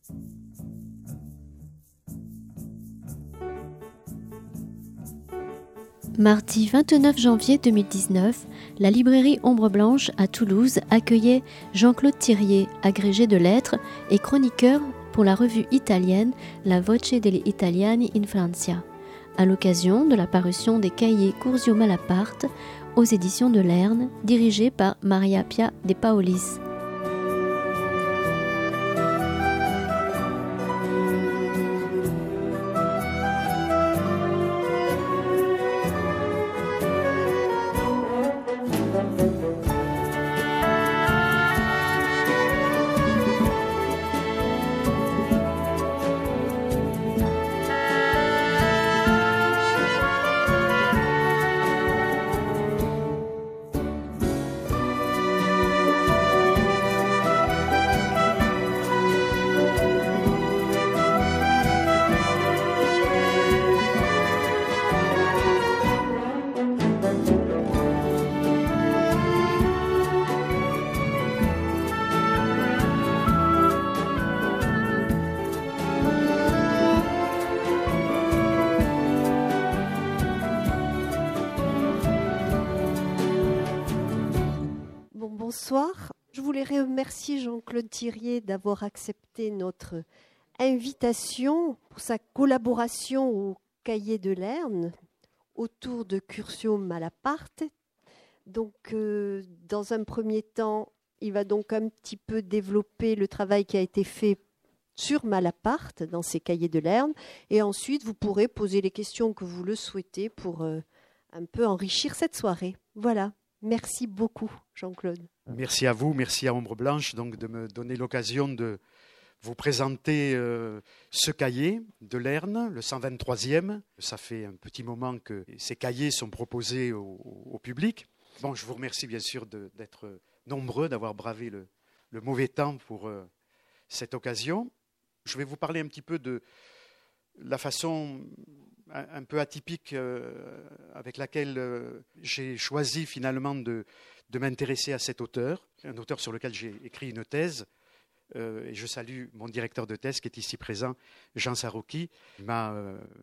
Mardi 29 janvier 2019, la librairie Ombre Blanche à Toulouse accueillait Jean-Claude Thirier, agrégé de lettres et chroniqueur pour la revue italienne La Voce degli Italiani in Francia, à l'occasion de la parution des cahiers Curzio Malaparte aux éditions de Lerne, dirigés par Maria Pia De Paolis. Bonsoir. Je voulais remercier Jean-Claude Thirier d'avoir accepté notre invitation pour sa collaboration au Cahier de Lerne autour de Curzio Malaparte. Donc, dans un premier temps, il va donc un petit peu développer le travail qui a été fait sur Malaparte dans ses Cahiers de Lerne. Et ensuite, vous pourrez poser les questions que vous le souhaitez pour un peu enrichir cette soirée. Voilà. Merci beaucoup, Jean-Claude. Merci à vous, merci à Ombre Blanche donc, de me donner l'occasion de vous présenter ce cahier de Lerne, le 123e. Ça fait un petit moment que ces cahiers sont proposés au public. Bon, je vous remercie bien sûr d'être nombreux, d'avoir bravé le mauvais temps pour cette occasion. Je vais vous parler un petit peu de la façon un peu atypique avec laquelle j'ai choisi finalement de m'intéresser à cet auteur, un auteur sur lequel j'ai écrit une thèse. Et je salue mon directeur de thèse qui est ici présent, Jean Sarocchi, qui m'a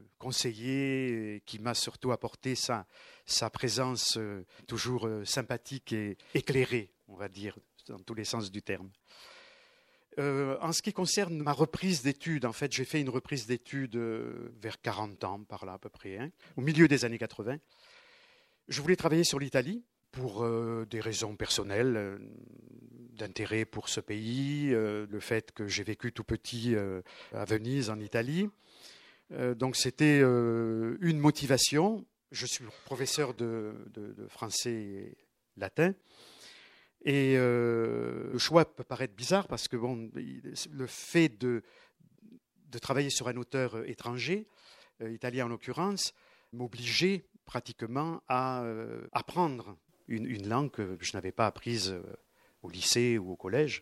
conseillé et qui m'a surtout apporté sa présence toujours sympathique et éclairée, on va dire, dans tous les sens du terme. En ce qui concerne ma reprise d'études, en fait, j'ai fait une reprise d'études vers 40 ans, par là à peu près, au milieu des années 80. Je voulais travailler sur l'Italie pour des raisons personnelles, d'intérêt pour ce pays, le fait que j'ai vécu tout petit à Venise, en Italie. Donc c'était une motivation. Je suis professeur de français et latin. Et le choix peut paraître bizarre parce que bon, le fait de travailler sur un auteur étranger, italien en l'occurrence, m'obligeait pratiquement à apprendre une langue que je n'avais pas apprise au lycée ou au collège.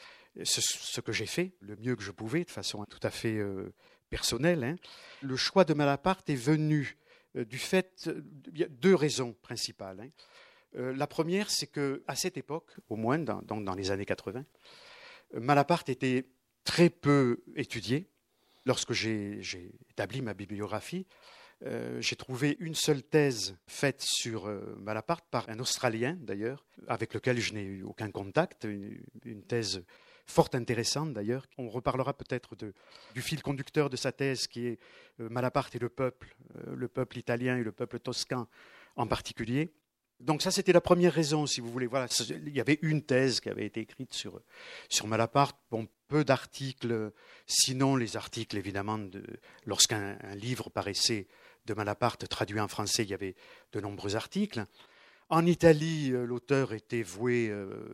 Ce que j'ai fait, le mieux que je pouvais, de façon tout à fait personnelle. Le choix de Malaparte est venu du fait, il y a deux raisons principales. La première, c'est qu'à cette époque, au moins dans les années 80, Malaparte était très peu étudié. Lorsque j'ai établi ma bibliographie, j'ai trouvé une seule thèse faite sur Malaparte par un Australien, d'ailleurs, avec lequel je n'ai eu aucun contact, une thèse fort intéressante, d'ailleurs. On reparlera peut-être du fil conducteur de sa thèse, qui est Malaparte et le peuple italien et le peuple toscan en particulier. Donc ça, c'était la première raison, si vous voulez. Voilà, il y avait une thèse qui avait été écrite sur Malaparte. Bon, peu d'articles, sinon les articles, évidemment, lorsqu'un livre paraissait de Malaparte traduit en français, il y avait de nombreux articles. En Italie, l'auteur était voué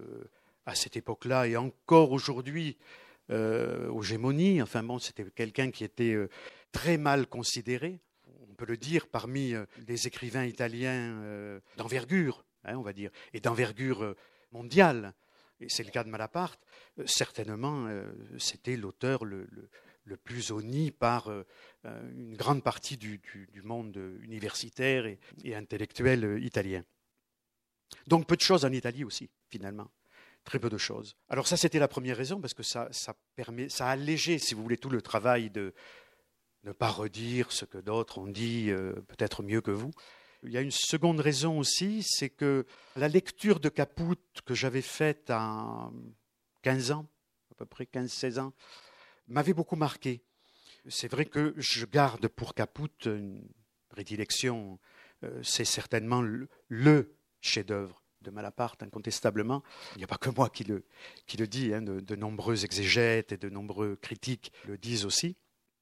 à cette époque-là et encore aujourd'hui aux gémonies. Enfin bon, c'était quelqu'un qui était très mal considéré. On peut le dire, parmi les écrivains italiens d'envergure, on va dire, et d'envergure mondiale, et c'est le cas de Malaparte, certainement c'était l'auteur le plus honni par une grande partie du monde universitaire et intellectuel italien. Donc peu de choses en Italie aussi, finalement. très peu de choses. Alors ça, c'était la première raison, parce que ça a allégé, si vous voulez, tout le travail de ne pas redire ce que d'autres ont dit, peut-être mieux que vous. Il y a une seconde raison aussi, c'est que la lecture de Caput que j'avais faite à 15 ans, à peu près 15-16 ans, m'avait beaucoup marqué. C'est vrai que je garde pour Caput une prédilection. C'est certainement le chef-d'œuvre de Malaparte, incontestablement. Il n'y a pas que moi qui le dis, de nombreux exégètes et de nombreux critiques le disent aussi.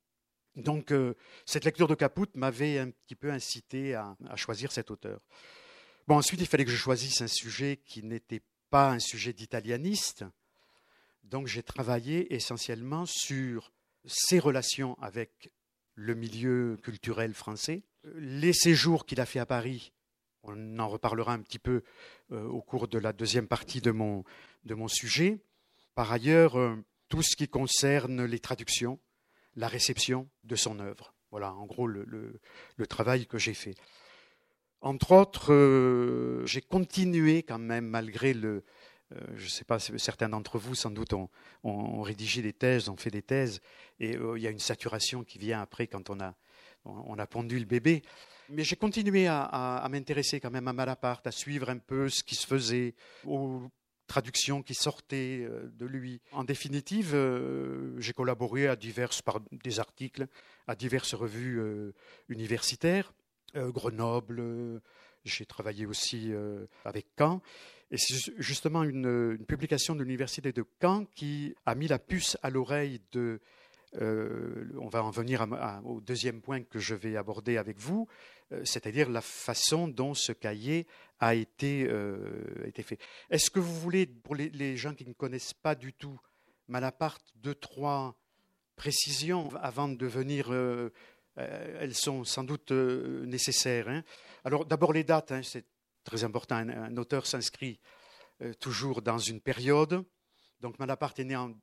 Donc, cette lecture de Caput m'avait un petit peu incité à choisir cet auteur. Bon, ensuite, il fallait que je choisisse un sujet qui n'était pas un sujet d'italianiste. Donc, j'ai travaillé essentiellement sur ses relations avec le milieu culturel français, les séjours qu'il a fait à Paris. On en reparlera un petit peu au cours de la deuxième partie de mon sujet. Par ailleurs, tout ce qui concerne les traductions, la réception de son œuvre. Voilà, en gros, le travail que j'ai fait. Entre autres, j'ai continué quand même, malgré je ne sais pas, certains d'entre vous, sans doute, ont rédigé des thèses, ont fait des thèses, et il y a une saturation qui vient après quand on a pondu le bébé. Mais j'ai continué à m'intéresser quand même à Malaparte, à suivre un peu ce qui se faisait, aux traductions qui sortaient de lui. En définitive, j'ai collaboré par des articles à diverses revues universitaires, Grenoble, j'ai travaillé aussi avec Caen. Et c'est justement une publication de l'université de Caen qui a mis la puce à l'oreille de... on va en venir au deuxième point que je vais aborder avec vous, c'est-à-dire la façon dont ce cahier a été fait. Est-ce que vous voulez, pour les gens qui ne connaissent pas du tout Malaparte, 2-3 précisions avant de venir... elles sont sans doute nécessaires. Hein. Alors d'abord les dates, hein, c'est très important. Un auteur s'inscrit toujours dans une période. Donc Malaparte est né en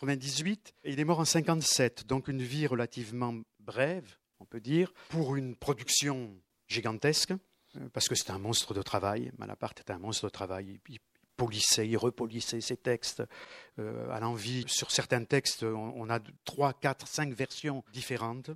98 et il est mort en 57. Donc une vie relativement brève, on peut dire, pour une production gigantesque, parce que c'était un monstre de travail. Malaparte était un monstre de travail. Il polissait, il repolissait ses textes à l'envi. Sur certains textes, on a 3, 4, 5 versions différentes.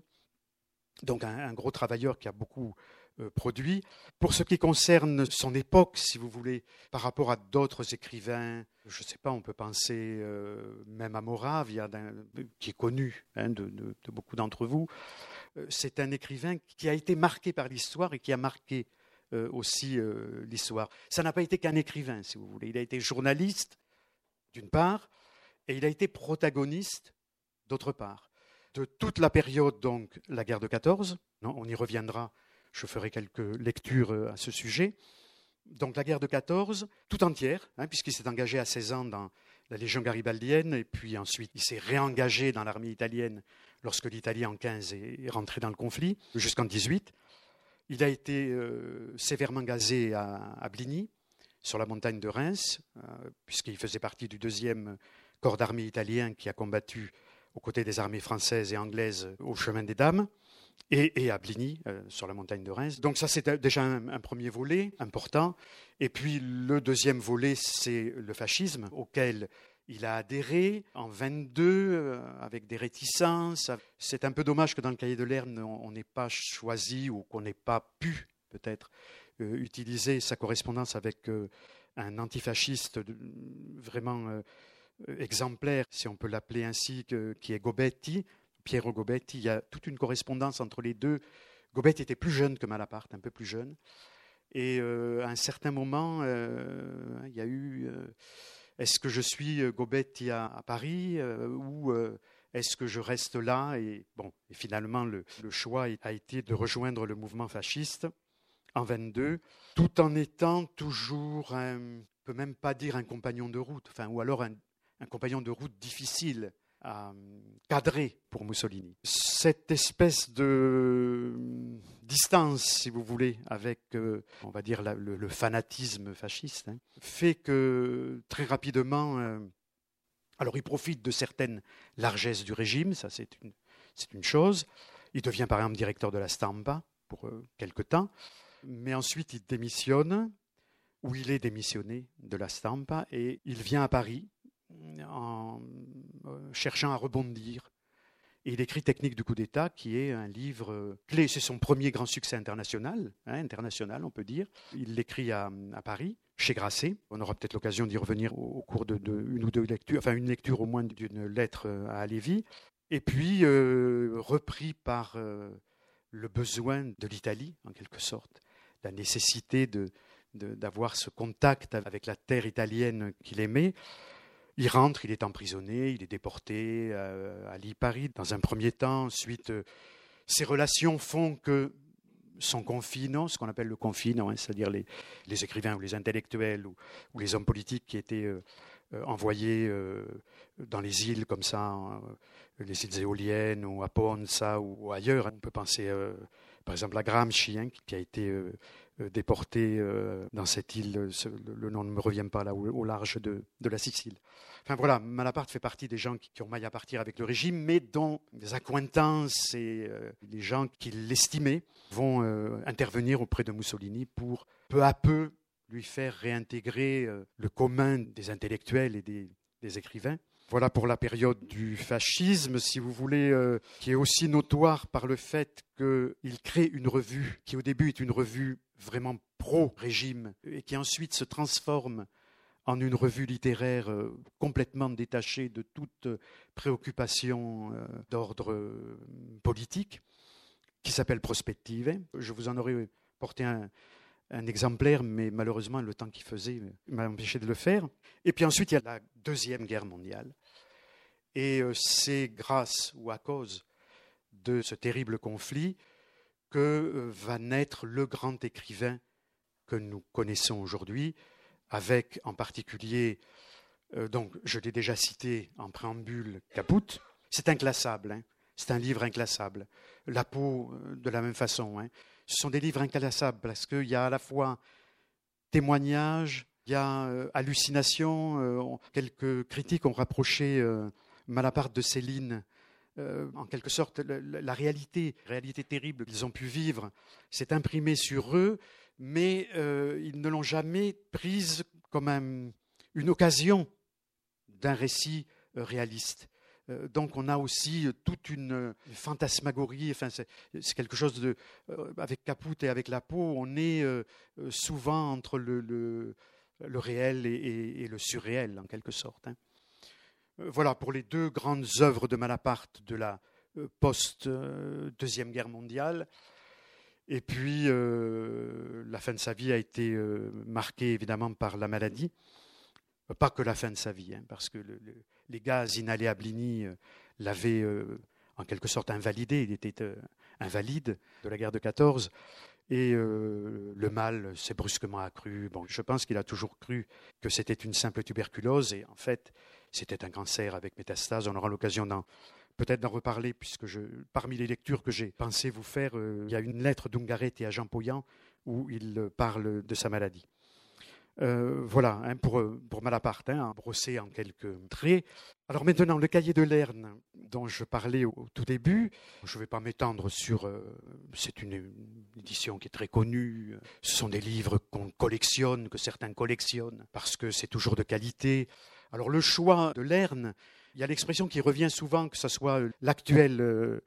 Donc un gros travailleur qui a beaucoup produit. Pour ce qui concerne son époque, si vous voulez, par rapport à d'autres écrivains, je ne sais pas, on peut penser même à Moravia, qui est connu de beaucoup d'entre vous. C'est un écrivain qui a été marqué par l'histoire et qui a marqué aussi l'histoire. Ça n'a pas été qu'un écrivain, si vous voulez. Il a été journaliste, d'une part, et il a été protagoniste, d'autre part. De toute la période, donc, la guerre de 14, on y reviendra, je ferai quelques lectures à ce sujet. Donc la guerre de 14, tout entière, puisqu'il s'est engagé à 16 ans dans la Légion garibaldienne, et puis ensuite il s'est réengagé dans l'armée italienne lorsque l'Italie en 15 est rentrée dans le conflit, jusqu'en 18. Il a été sévèrement gazé à Bligny, sur la montagne de Reims, puisqu'il faisait partie du 2e corps d'armée italien qui a combattu aux côtés des armées françaises et anglaises au chemin des Dames, et à Bligny, sur la montagne de Reims. Donc ça, c'est déjà un premier volet important. Et puis le deuxième volet, c'est le fascisme, auquel il a adhéré en 22, avec des réticences. C'est un peu dommage que dans le cahier de Lerne, on n'ait pas choisi, ou qu'on n'ait pas pu, peut-être, utiliser sa correspondance avec un antifasciste vraiment... exemplaire, si on peut l'appeler ainsi, qui est Gobetti, Piero Gobetti. Il y a toute une correspondance entre les deux. Gobetti était plus jeune que Malaparte, un peu plus jeune. Et à un certain moment, il y a eu est-ce que je suis Gobetti à Paris ou est-ce que je reste là? Et finalement, le choix a été de rejoindre le mouvement fasciste en 22, tout en étant toujours, on ne peut même pas dire un compagnon de route, ou alors un compagnon de route difficile à cadrer pour Mussolini. Cette espèce de distance, si vous voulez, avec, on va dire, le fanatisme fasciste, fait que très rapidement, alors il profite de certaines largesses du régime, ça c'est une chose. Il devient par exemple directeur de la Stampa pour quelque temps, mais ensuite il démissionne. où il est démissionné de la Stampa et il vient à Paris en cherchant à rebondir. Et il écrit Technique du coup d'État, qui est un livre clé. C'est son premier grand succès international, international on peut dire. Il l'écrit à Paris, chez Grasset. On aura peut-être l'occasion d'y revenir au cours de une ou deux lectures, enfin une lecture au moins d'une lettre à Halévy. Et puis repris par le besoin de l'Italie, en quelque sorte, la nécessité d'avoir ce contact avec la terre italienne qu'il aimait. Il rentre, il est emprisonné, il est déporté à Lipari dans un premier temps. Ensuite, ses relations font que son confinement, ce qu'on appelle le confinement, c'est-à-dire les écrivains ou les intellectuels ou les hommes politiques qui étaient envoyés dans les îles comme ça, les îles éoliennes ou à Ponza ou ailleurs. On peut penser par exemple à Gramsci, qui a été déporté dans cette île, le nom ne me revient pas, là, au large de la Sicile. Enfin voilà, Malaparte fait partie des gens qui ont maille à partir avec le régime, mais dont les accointances et les gens qui l'estimaient vont intervenir auprès de Mussolini pour peu à peu lui faire réintégrer le commun des intellectuels et des écrivains. Voilà pour la période du fascisme, si vous voulez, qui est aussi notoire par le fait qu'il crée une revue qui au début est une revue vraiment pro-régime et qui ensuite se transforme en une revue littéraire complètement détachée de toute préoccupation d'ordre politique, qui s'appelle Prospettive. Je vous en aurais porté un exemplaire, mais malheureusement, le temps qu'il faisait m'a empêché de le faire. Et puis ensuite, il y a la Deuxième Guerre mondiale. Et c'est grâce ou à cause de ce terrible conflit que va naître le grand écrivain que nous connaissons aujourd'hui, avec en particulier, donc je l'ai déjà cité en préambule, Caput. C'est inclassable, c'est un livre inclassable. La peau, de la même façon. Ce sont des livres inclassables parce qu'il y a à la fois témoignages, il y a hallucination. Quelques critiques ont rapproché Malaparte de Céline. En quelque sorte, la réalité terrible qu'ils ont pu vivre s'est imprimée sur eux, mais ils ne l'ont jamais prise comme une occasion d'un récit réaliste. Donc on a aussi toute une fantasmagorie, enfin, c'est quelque chose de... avec Caput et avec la peau, on est souvent entre le réel et le surréel, en quelque sorte. Voilà pour les deux grandes œuvres de Malaparte de la post-Deuxième Guerre mondiale. Et puis, la fin de sa vie a été marquée évidemment par la maladie. Pas que la fin de sa vie, parce que les gaz inhalés à Bligny l'avaient en quelque sorte invalidé. Il était invalide de la guerre de 14. Et le mal s'est brusquement accru. Bon, je pense qu'il a toujours cru que c'était une simple tuberculose. Et en fait, c'était un cancer avec métastase. On aura l'occasion peut-être d'en reparler, puisque parmi les lectures que j'ai pensé vous faire, il y a une lettre d'Ungaretti à Jean Paulhan où il parle de sa maladie. Voilà, pour Malaparte, brossé en quelques traits. Alors maintenant, le cahier de Lerne dont je parlais au tout début, je ne vais pas m'étendre sur... c'est une édition qui est très connue. Ce sont des livres qu'on collectionne, que certains collectionnent, parce que c'est toujours de qualité. Alors le choix de Lerne, il y a l'expression qui revient souvent, que ce soit l'actuelle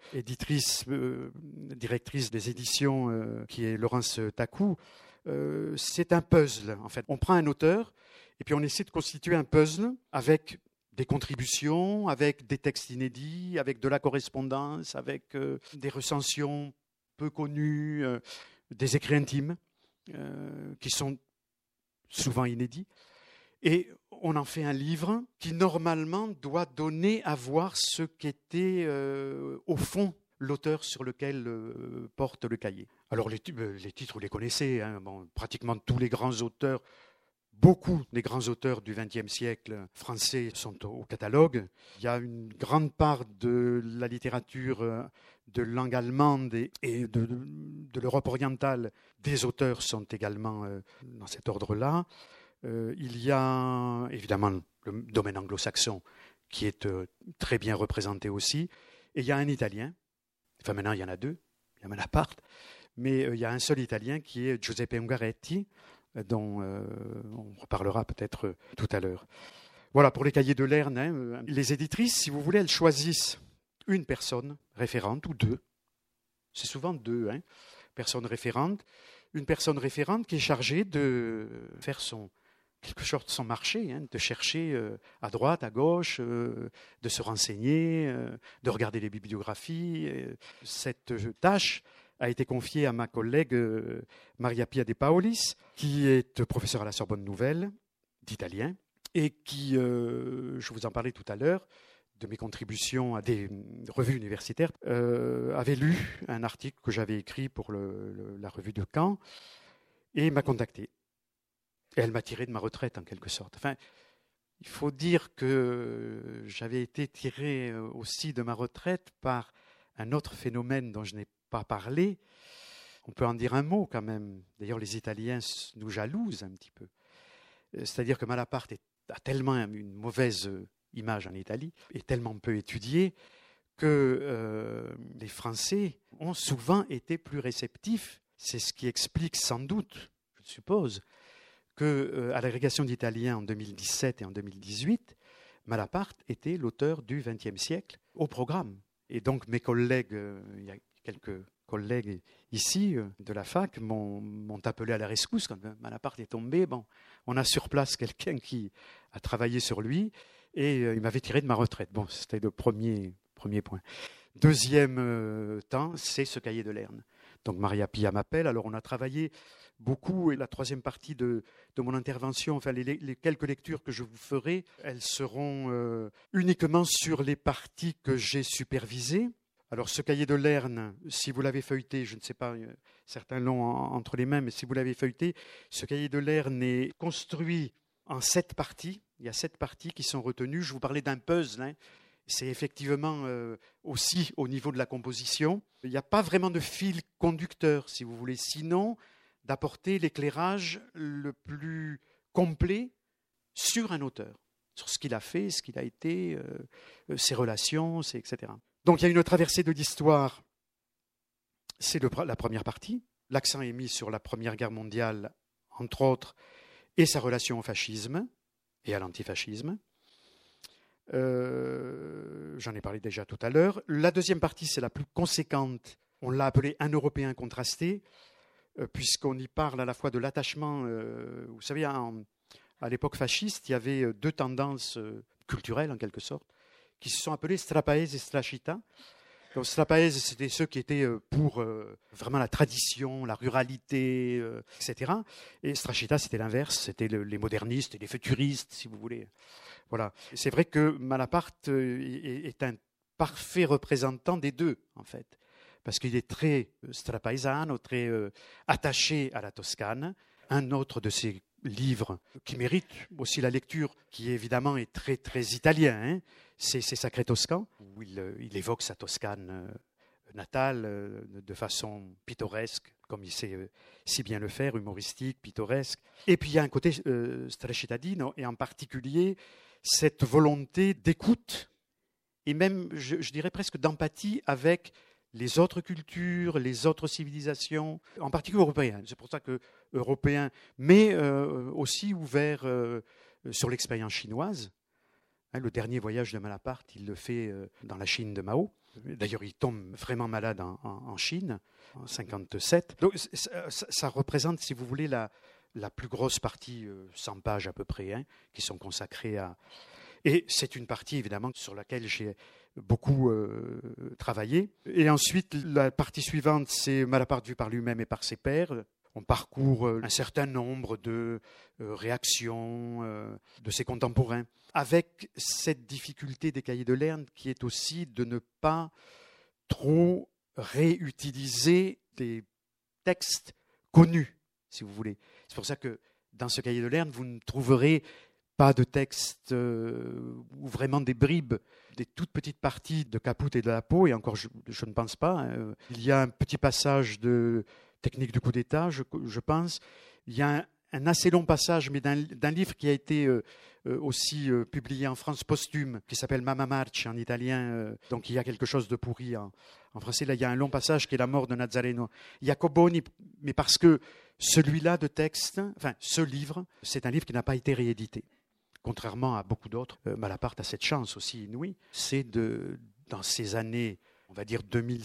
directrice des éditions, qui est Laurence Tacou. C'est un puzzle, en fait. On prend un auteur et puis on essaie de constituer un puzzle avec des contributions, avec des textes inédits, avec de la correspondance, avec des recensions peu connues, des écrits intimes qui sont souvent inédits. Et on en fait un livre qui, normalement, doit donner à voir ce qu'était, au fond, l'auteur sur lequel porte le cahier. Alors les titres, vous les connaissez, pratiquement tous les grands auteurs, beaucoup des grands auteurs du XXe siècle français sont au catalogue. Il y a une grande part de la littérature de langue allemande et de l'Europe orientale. Des auteurs sont également dans cet ordre-là. Il y a évidemment le domaine anglo-saxon qui est très bien représenté aussi. Et il y a un Italien. Enfin, maintenant, il y en a deux. Il y a Malaparte. Mais il y a un seul Italien qui est Giuseppe Ungaretti, dont on reparlera peut-être tout à l'heure. Voilà, pour les cahiers de Lerne, hein, les éditrices, si vous voulez, elles choisissent une personne référente, ou deux. C'est souvent deux, hein, personnes référentes. Une personne référente qui est chargée de faire quelque chose de son marché, hein, de chercher à droite, à gauche, de se renseigner, de regarder les bibliographies. Cette tâche a été confiée à ma collègue Maria Pia De Paolis, qui est professeure à la Sorbonne Nouvelle d'italien et qui, je vous en parlais tout à l'heure, de mes contributions à des revues universitaires, avait lu un article que j'avais écrit pour la revue de Caen et m'a contacté. Et elle m'a tiré de ma retraite, en quelque sorte. Enfin, il faut dire que j'avais été tiré aussi de ma retraite par un autre phénomène dont je n'ai pas parlé. On peut en dire un mot quand même. D'ailleurs, les Italiens nous jalousent un petit peu. C'est-à-dire que Malaparte a tellement une mauvaise image en Italie et tellement peu étudiée que les Français ont souvent été plus réceptifs. C'est ce qui explique sans doute, je suppose, qu'à l'agrégation d'italien en 2017 et en 2018, Malaparte était l'auteur du XXe siècle au programme. Et donc mes collègues, il y a quelques collègues ici de la fac, m'ont appelé à la rescousse quand Malaparte est tombé. Bon, on a sur place quelqu'un qui a travaillé sur lui et il m'avait tiré de ma retraite. Bon, c'était le premier point. Deuxième temps, c'est ce cahier de Lerne. Donc Maria Pia m'appelle, alors on a travaillé beaucoup, et la troisième partie de mon intervention, enfin les quelques lectures que je vous ferai, elles seront uniquement sur les parties que j'ai supervisées. Alors ce cahier de Lerne, si vous l'avez feuilleté, je ne sais pas, certains l'ont entre les mains, mais si vous l'avez feuilleté, ce cahier de Lerne est construit en 7 parties. Il y a 7 parties qui sont retenues. Je vous parlais d'un puzzle, hein. C'est effectivement aussi au niveau de la composition. Il n'y a pas vraiment de fil conducteur, si vous voulez, sinon d'apporter l'éclairage le plus complet sur un auteur, sur ce qu'il a fait, ce qu'il a été, ses relations, etc. Donc il y a une traversée de l'histoire, c'est la première partie. L'accent est mis sur la Première Guerre mondiale, entre autres, et sa relation au fascisme et à l'antifascisme. J'en ai parlé déjà tout à l'heure. La deuxième partie, c'est la plus conséquente. On l'a appelée un Européen contrasté, puisqu'on y parle à la fois de l'attachement. Vous savez, à l'époque fasciste, il y avait 2 tendances culturelles, en quelque sorte, qui se sont appelées Strapaese et Stracciatà. Donc Strapaese, c'était ceux qui étaient pour vraiment la tradition, la ruralité, etc. Et Stracciatà, c'était l'inverse, c'était les modernistes et les futuristes, si vous voulez. Voilà. C'est vrai que Malaparte est un parfait représentant des deux, en fait, parce qu'il est très strapaesano, très attaché à la Toscane. Un autre de ses livres qui mérite aussi la lecture, qui évidemment est très, très italien, hein, c'est Sacré Toscan, où il évoque sa Toscane natale de façon pittoresque, comme il sait si bien le faire, humoristique, pittoresque. Et puis il y a un côté stracciatadino, et en particulier cette volonté d'écoute, et même, je dirais presque d'empathie avec les autres cultures, les autres civilisations, en particulier européennes. C'est pour ça que européens, mais aussi ouvert sur l'expérience chinoise. Le dernier voyage de Malaparte, il le fait dans la Chine de Mao. D'ailleurs, il tombe vraiment malade en Chine, en 1957. Donc, ça représente, si vous voulez, la plus grosse partie, 100 pages à peu près, hein, qui sont consacrées à... Et c'est une partie, évidemment, sur laquelle j'ai beaucoup travaillé. Et ensuite, la partie suivante, c'est Malaparte vu par lui-même et par ses pairs. On parcourt un certain nombre de réactions de ses contemporains, avec cette difficulté des cahiers de Lerne qui est aussi de ne pas trop réutiliser des textes connus, si vous voulez. C'est pour ça que dans ce cahier de Lerne, vous ne trouverez pas de texte ou vraiment des bribes, des toutes petites parties de Caput et de la Peau, et encore je ne pense pas. Il y a un petit passage de technique du coup d'État, je pense. Il y a un assez long passage, mais d'un livre qui a été aussi publié en France posthume, qui s'appelle Mamma March en italien. Donc il y a quelque chose de pourri en français. Là, il y a un long passage qui est la mort de Nazareno Jacoboni, mais parce que celui-là de texte, enfin ce livre, c'est un livre qui n'a pas été réédité. Contrairement à beaucoup d'autres, Malaparte a cette chance aussi inouïe, c'est dans ces années, on va dire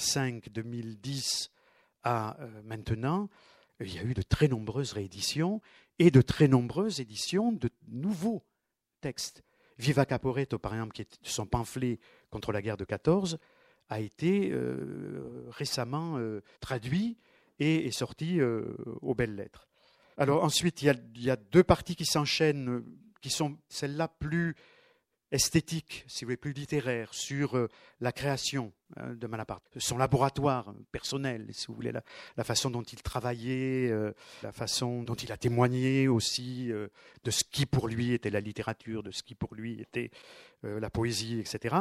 2005-2010 à maintenant, il y a eu de très nombreuses rééditions et de très nombreuses éditions de nouveaux textes. Viva Caporetto, par exemple, qui est son pamphlet contre la guerre de 14, a été récemment traduit et est sorti aux belles lettres. Alors ensuite, il y a deux parties qui s'enchaînent, qui sont celles-là plus esthétiques, si vous voulez, plus littéraires, sur la création de Malaparte, son laboratoire personnel, si vous voulez, la façon dont il travaillait, la façon dont il a témoigné aussi de ce qui pour lui était la littérature, de ce qui pour lui était la poésie, etc.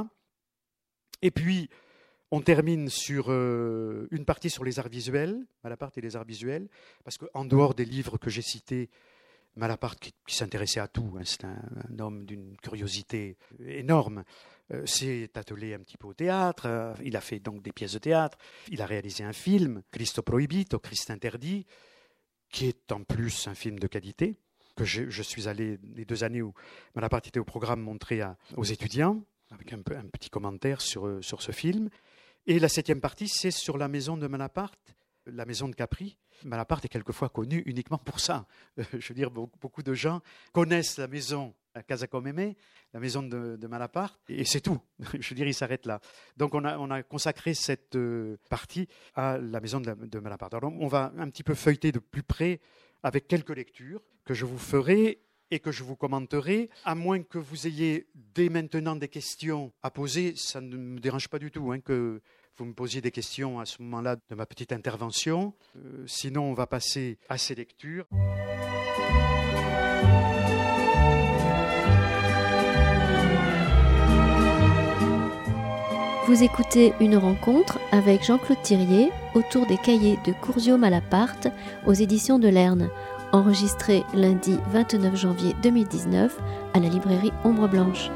Et puis, on termine sur une partie sur les arts visuels, Malaparte et les arts visuels, parce qu'en dehors des livres que j'ai cités, Malaparte, qui s'intéressait à tout, hein, c'est un homme d'une curiosité énorme, s'est attelé un petit peu au théâtre, il a fait donc des pièces de théâtre, il a réalisé un film, Cristo Proibito, Christ interdit, qui est en plus un film de qualité, que je suis allé les 2 années où Malaparte était au programme montré aux étudiants, avec un petit commentaire sur ce film. Et la 7e partie, c'est sur la maison de Malaparte, la maison de Capri. Malaparte est quelquefois connu uniquement pour ça. Je veux dire, beaucoup de gens connaissent la maison à Casa Comeme, la maison de Malaparte, et c'est tout. Je veux dire, il s'arrête là. Donc on a consacré cette partie à la maison de Malaparte. Alors on va un petit peu feuilleter de plus près avec quelques lectures que je vous ferai et que je vous commenterai, à moins que vous ayez dès maintenant des questions à poser. Ça ne me dérange pas du tout que vous me posiez des questions à ce moment-là de ma petite intervention. Sinon, on va passer à ces lectures. Vous écoutez une rencontre avec Jean-Claude Thirier autour des cahiers de Curzio Malaparte aux éditions de Lerne, enregistré lundi 29 janvier 2019 à la librairie Ombre Blanche.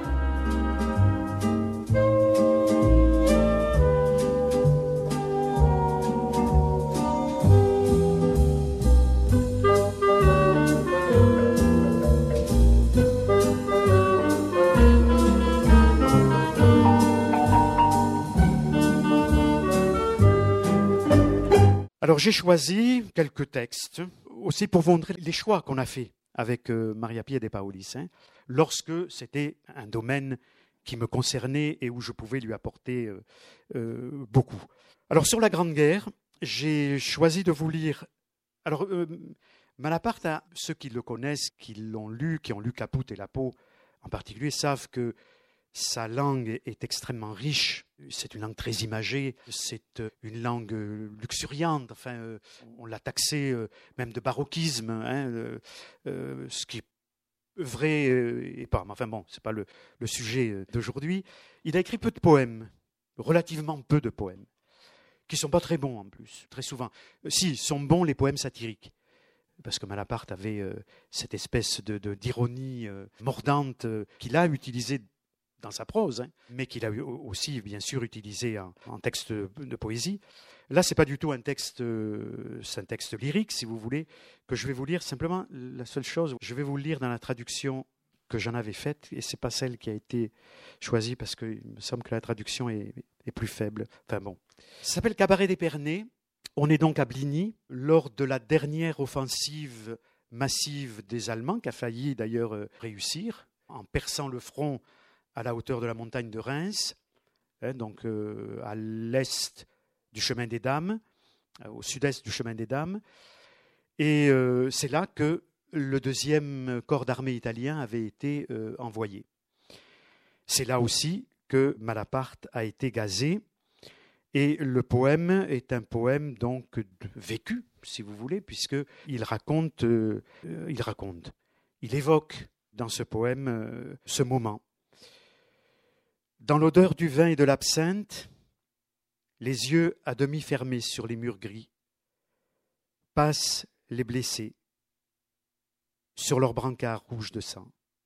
Alors j'ai choisi quelques textes, aussi pour vous montrer les choix qu'on a faits avec Maria Pia de Paolis, lorsque c'était un domaine qui me concernait et où je pouvais lui apporter beaucoup. Alors sur la Grande Guerre, j'ai choisi de vous lire... Alors Malaparte, ceux qui le connaissent, qui l'ont lu, qui ont lu Caput et Lapo en particulier, savent que sa langue est extrêmement riche, c'est une langue très imagée, c'est une langue luxuriante, enfin, on l'a taxé même de baroquisme, ce qui est vrai et pas. Enfin bon, ce n'est pas le sujet d'aujourd'hui. Il a écrit peu de poèmes, relativement peu de poèmes, qui ne sont pas très bons en plus, très souvent. Si, sont bons les poèmes satiriques, parce que Malaparte avait cette espèce d'ironie mordante qu'il a utilisée dans sa prose, mais qu'il a aussi, bien sûr, utilisé en texte de poésie. Là, ce n'est pas du tout un texte, c'est un texte lyrique, si vous voulez, que je vais vous lire. Simplement, la seule chose, je vais vous le lire dans la traduction que j'en avais faite, et ce n'est pas celle qui a été choisie, parce qu'il me semble que la traduction est plus faible. Enfin bon. Ça s'appelle Cabaret d'Épernay. On est donc à Bligny, lors de la dernière offensive massive des Allemands, qui a failli d'ailleurs réussir, en perçant le front à la hauteur de la montagne de Reims, donc à l'est du chemin des Dames, au sud-est du chemin des Dames. Et c'est là que le 2e corps d'armée italien avait été envoyé. C'est là aussi que Malaparte a été gazé. Et le poème est un poème donc vécu, si vous voulez, puisqu'il raconte, il évoque dans ce poème ce moment. Dans l'odeur du vin et de l'absinthe, les yeux à demi fermés sur les murs gris, passent les blessés. sur leurs brancards rouges de sang.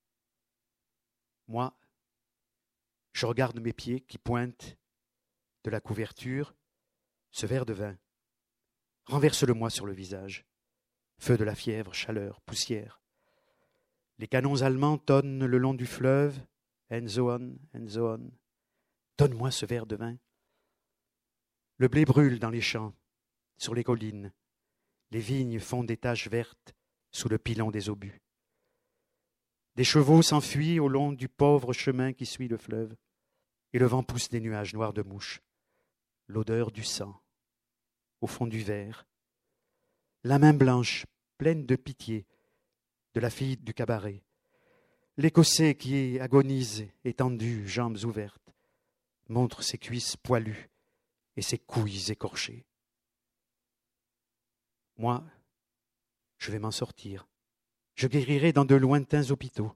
Moi, je regarde mes pieds qui pointent de la couverture ce verre de vin. Renverse-le-moi sur le visage. Feu de la fièvre, chaleur, poussière. Les canons allemands tonnent le long du fleuve. And so on, and so on. Donne-moi ce verre de vin. Le blé brûle dans les champs, sur les collines. Les vignes font des taches vertes sous le pilon des obus. Des chevaux s'enfuient au long du pauvre chemin qui suit le fleuve, et le vent pousse des nuages noirs de mouches. L'odeur du sang, au fond du verre. La main blanche, pleine de pitié, de la fille du cabaret. L'Écossais qui agonise, étendu, jambes ouvertes, montre ses cuisses poilues et ses couilles écorchées. Moi, je vais m'en sortir. Je guérirai dans de lointains hôpitaux.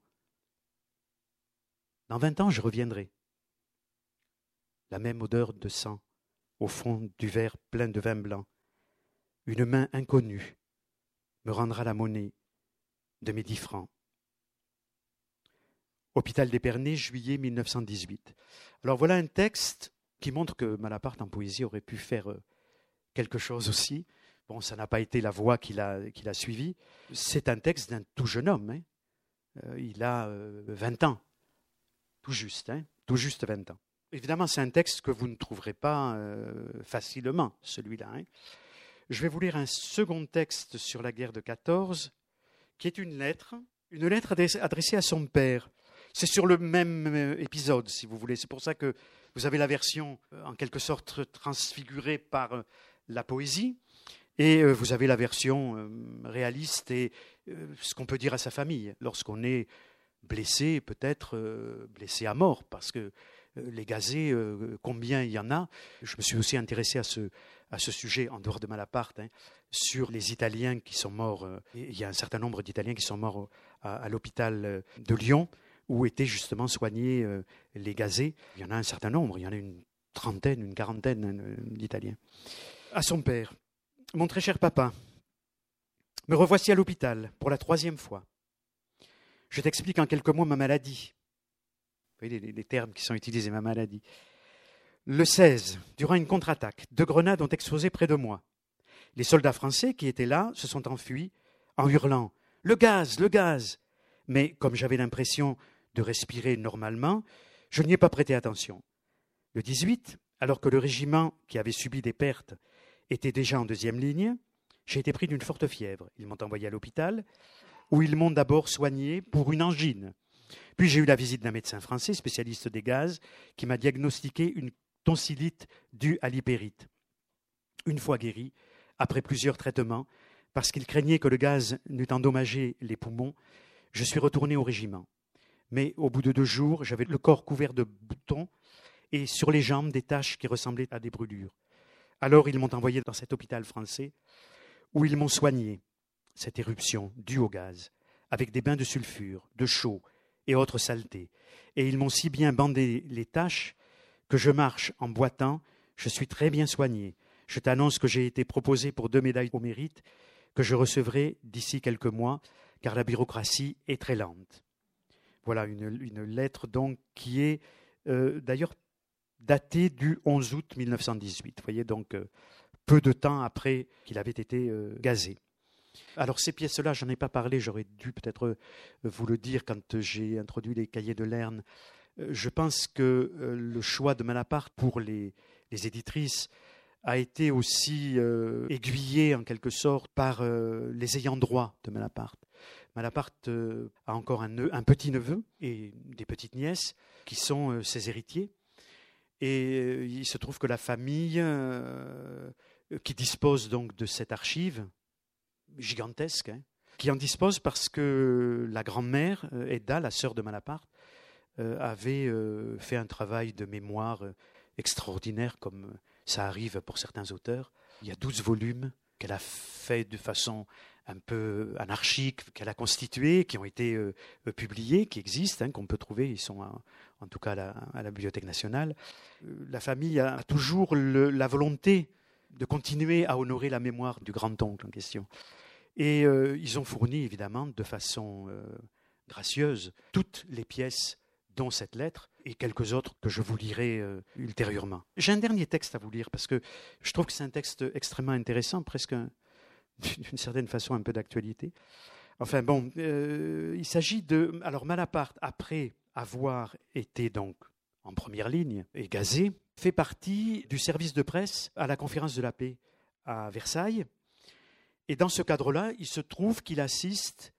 Dans 20 ans, je reviendrai. La même odeur de sang au fond du verre plein de vin blanc. Une main inconnue me rendra la monnaie de mes 10 francs. Hôpital d'Épernay, juillet 1918. Alors voilà un texte qui montre que Malaparte en poésie aurait pu faire quelque chose aussi. Bon, ça n'a pas été la voie qu'il a suivie. C'est un texte d'un tout jeune homme. Hein. Il a 20 ans, tout juste 20 ans. Évidemment, c'est un texte que vous ne trouverez pas facilement, celui-là. Hein. Je vais vous lire un second texte sur la guerre de 14, qui est une lettre adressée à son père. C'est sur le même épisode, si vous voulez. C'est pour ça que vous avez la version, en quelque sorte, transfigurée par la poésie, et vous avez la version réaliste et ce qu'on peut dire à sa famille lorsqu'on est blessé, peut-être blessé à mort, parce que les gazés, combien il y en a. Je me suis aussi intéressé à ce sujet, en dehors de Malaparte, hein, sur les Italiens qui sont morts. Il y a un certain nombre d'Italiens qui sont morts à l'hôpital de Lyon, où étaient justement soignés les gazés. Il y en a un certain nombre, il y en a une trentaine, une quarantaine d'Italiens. À son père, mon très cher papa, me revoici à l'hôpital pour la 3e fois. Je t'explique en quelques mots ma maladie. Vous voyez les termes qui sont utilisés, ma maladie. Le 16, durant une contre-attaque, 2 grenades ont explosé près de moi. Les soldats français qui étaient là se sont enfuis en hurlant « Le gaz, le gaz !» Mais comme j'avais l'impression de respirer normalement, je n'y ai pas prêté attention. Le 18, alors que le régiment, qui avait subi des pertes, était déjà en 2e ligne, j'ai été pris d'une forte fièvre. Ils m'ont envoyé à l'hôpital, où ils m'ont d'abord soigné pour une angine. Puis j'ai eu la visite d'un médecin français, spécialiste des gaz, qui m'a diagnostiqué une tonsillite due à l'hypérite. Une fois guéri, après plusieurs traitements, parce qu'il craignait que le gaz n'eût endommagé les poumons, je suis retourné au régiment. Mais au bout de 2 jours, j'avais le corps couvert de boutons et sur les jambes des taches qui ressemblaient à des brûlures. Alors ils m'ont envoyé dans cet hôpital français où ils m'ont soigné, cette éruption due au gaz, avec des bains de sulfure, de chaux et autres saletés. Et ils m'ont si bien bandé les taches que je marche en boitant, je suis très bien soigné. Je t'annonce que j'ai été proposé pour 2 médailles au mérite que je recevrai d'ici quelques mois, car la bureaucratie est très lente. Voilà une lettre donc qui est d'ailleurs datée du 11 août 1918. Vous voyez, donc peu de temps après qu'il avait été gazé. Alors ces pièces-là, je n'en ai pas parlé, j'aurais dû peut-être vous le dire quand j'ai introduit les cahiers de Lerne. Je pense que le choix de Malaparte pour les éditrices a été aussi aiguillé en quelque sorte par les ayants droit de Malaparte. Malaparte a encore un petit-neveu et des petites nièces qui sont ses héritiers. Et il se trouve que la famille qui dispose donc de cette archive gigantesque, hein, qui en dispose parce que la grand-mère, Edda, la sœur de Malaparte, avait fait un travail de mémoire extraordinaire, comme ça arrive pour certains auteurs. Il y a 12 volumes qu'elle a fait de façon un peu anarchique, qu'elle a constitués, qui ont été publiés, qui existent, hein, qu'on peut trouver, ils sont en tout cas à la Bibliothèque nationale. La famille a toujours la volonté de continuer à honorer la mémoire du grand-oncle en question. Et ils ont fourni, évidemment, de façon gracieuse, toutes les pièces, dont cette lettre, et quelques autres que je vous lirai ultérieurement. J'ai un dernier texte à vous lire, parce que je trouve que c'est un texte extrêmement intéressant, presque d'une certaine façon un peu d'actualité. Enfin bon, il s'agit de... Alors Malaparte, après avoir été donc en première ligne et gazé, fait partie du service de presse à la conférence de la paix à Versailles. Et dans ce cadre-là, il se trouve qu'il assiste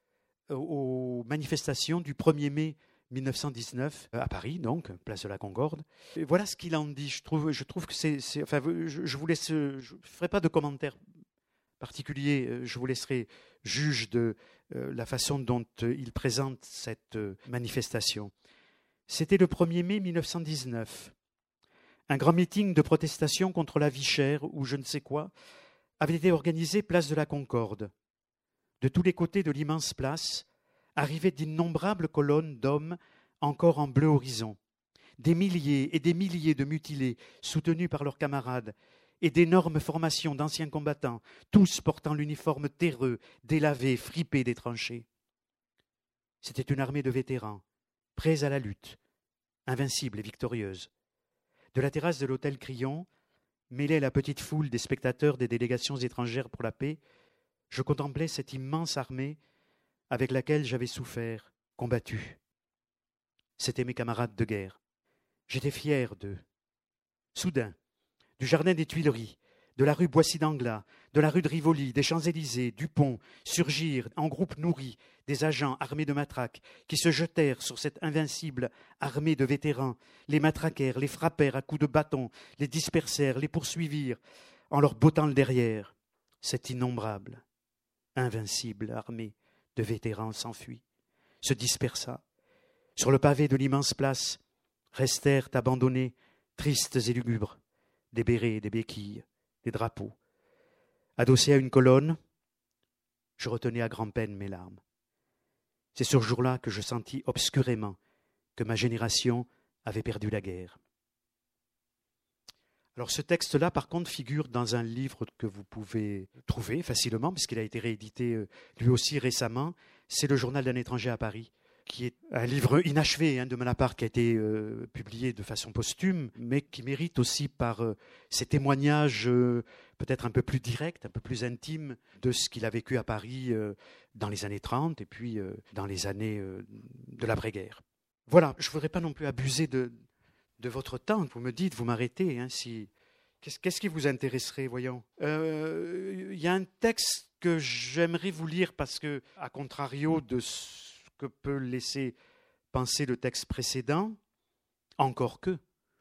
aux manifestations du 1er mai 1919 à Paris, donc, place de la Concorde. Et voilà ce qu'il en dit. Je trouve que c'est enfin, je vous laisse... Je ne ferai pas de commentaires particuliers. Je vous laisserai juge de la façon dont il présente cette manifestation. C'était le 1er mai 1919. Un grand meeting de protestation contre la vie chère ou je ne sais quoi avait été organisé place de la Concorde. De tous les côtés de l'immense place arrivaient d'innombrables colonnes d'hommes encore en bleu horizon. Des milliers et des milliers de mutilés soutenus par leurs camarades et d'énormes formations d'anciens combattants, tous portant l'uniforme terreux, délavé, fripé des tranchées. C'était une armée de vétérans, prêts à la lutte, invincible et victorieuse. De la terrasse de l'hôtel Crillon, mêlée à la petite foule des spectateurs des délégations étrangères pour la paix, je contemplais cette immense armée avec laquelle j'avais souffert, combattu. C'étaient mes camarades de guerre. J'étais fier d'eux. Soudain, du jardin des Tuileries, de la rue Boissy-d'Anglas, de la rue de Rivoli, des Champs-Élysées, du pont, surgirent en groupes nourris des agents armés de matraques qui se jetèrent sur cette invincible armée de vétérans, les matraquèrent, les frappèrent à coups de bâton, les dispersèrent, les poursuivirent en leur bottant le derrière. Cette innombrable, invincible armée de vétérans s'enfuit, se dispersa. Sur le pavé de l'immense place restèrent abandonnés, tristes et lugubres, des bérets, des béquilles, des drapeaux. Adossé à une colonne, je retenais à grand-peine mes larmes. C'est ce jour-là que je sentis obscurément que ma génération avait perdu la guerre. Alors ce texte-là, par contre, figure dans un livre que vous pouvez trouver facilement, puisqu'il a été réédité lui aussi récemment. C'est le Journal d'un étranger à Paris, qui est un livre inachevé de Malaparte, qui a été publié de façon posthume, mais qui mérite aussi par ses témoignages peut-être un peu plus directs, un peu plus intimes de ce qu'il a vécu à Paris dans les années 30 et puis dans les années de l'après-guerre. Voilà, je ne voudrais pas non plus abuser de votre temps. Vous me dites, vous m'arrêtez. Qu'est-ce qui vous intéresserait, voyons. Y a un texte que j'aimerais vous lire parce que, à contrario de ce que peut laisser penser le texte précédent, encore que,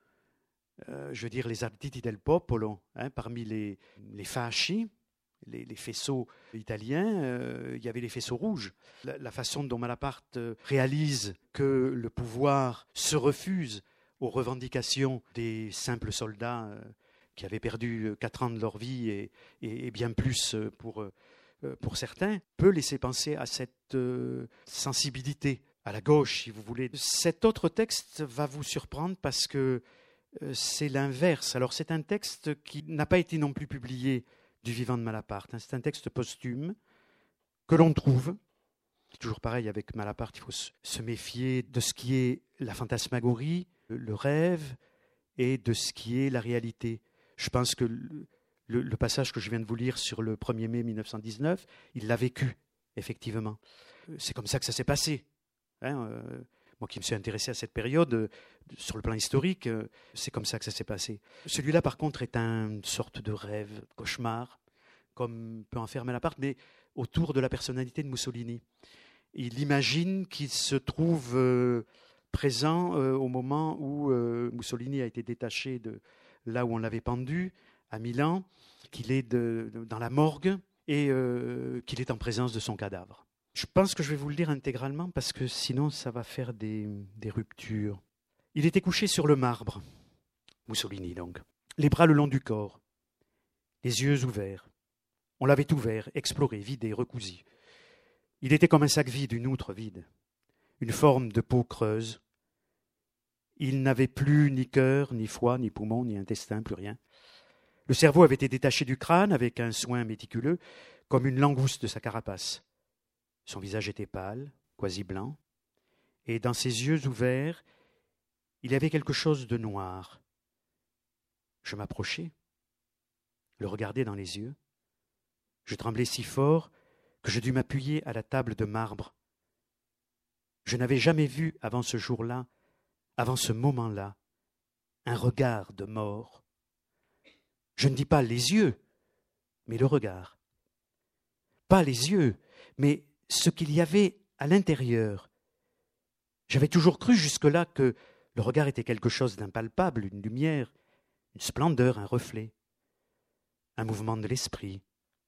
je veux dire, les arditi del popolo, parmi les fasci, les faisceaux italiens, il y avait les faisceaux rouges. La façon dont Malaparte réalise que le pouvoir se refuse aux revendications des simples soldats qui avaient perdu 4 ans de leur vie et bien plus pour certains, peut laisser penser à cette sensibilité, à la gauche, si vous voulez. Cet autre texte va vous surprendre parce que c'est l'inverse. Alors c'est un texte qui n'a pas été non plus publié du vivant de Malaparte. C'est un texte posthume que l'on trouve. Toujours pareil avec Malaparte, il faut se méfier de ce qui est la fantasmagorie, le rêve, et de ce qui est la réalité. Je pense que le passage que je viens de vous lire sur le 1er mai 1919, il l'a vécu, effectivement. C'est comme ça que ça s'est passé. Moi qui me suis intéressé à cette période, sur le plan historique, c'est comme ça que ça s'est passé. Celui-là, par contre, est une sorte de rêve, cauchemar, comme peut en faire Malaparte, mais autour de la personnalité de Mussolini. Il imagine qu'il se trouve présent au moment où Mussolini a été détaché de là où on l'avait pendu, à Milan, qu'il est dans la morgue et qu'il est en présence de son cadavre. Je pense que je vais vous le lire intégralement parce que sinon ça va faire des ruptures. Il était couché sur le marbre, Mussolini donc, les bras le long du corps, les yeux ouverts. On l'avait ouvert, exploré, vidé, recousu. Il était comme un sac vide, une outre vide, une forme de peau creuse. Il n'avait plus ni cœur, ni foie, ni poumon, ni intestin, plus rien. Le cerveau avait été détaché du crâne avec un soin méticuleux, comme une langouste de sa carapace. Son visage était pâle, quasi blanc, et dans ses yeux ouverts, il y avait quelque chose de noir. Je m'approchai, le regardai dans les yeux. Je tremblais si fort que je dus m'appuyer à la table de marbre. Je n'avais jamais vu avant ce jour-là, avant ce moment-là, un regard de mort. Je ne dis pas les yeux, mais le regard. Pas les yeux, mais ce qu'il y avait à l'intérieur. J'avais toujours cru jusque-là que le regard était quelque chose d'impalpable, une lumière, une splendeur, un reflet, un mouvement de l'esprit.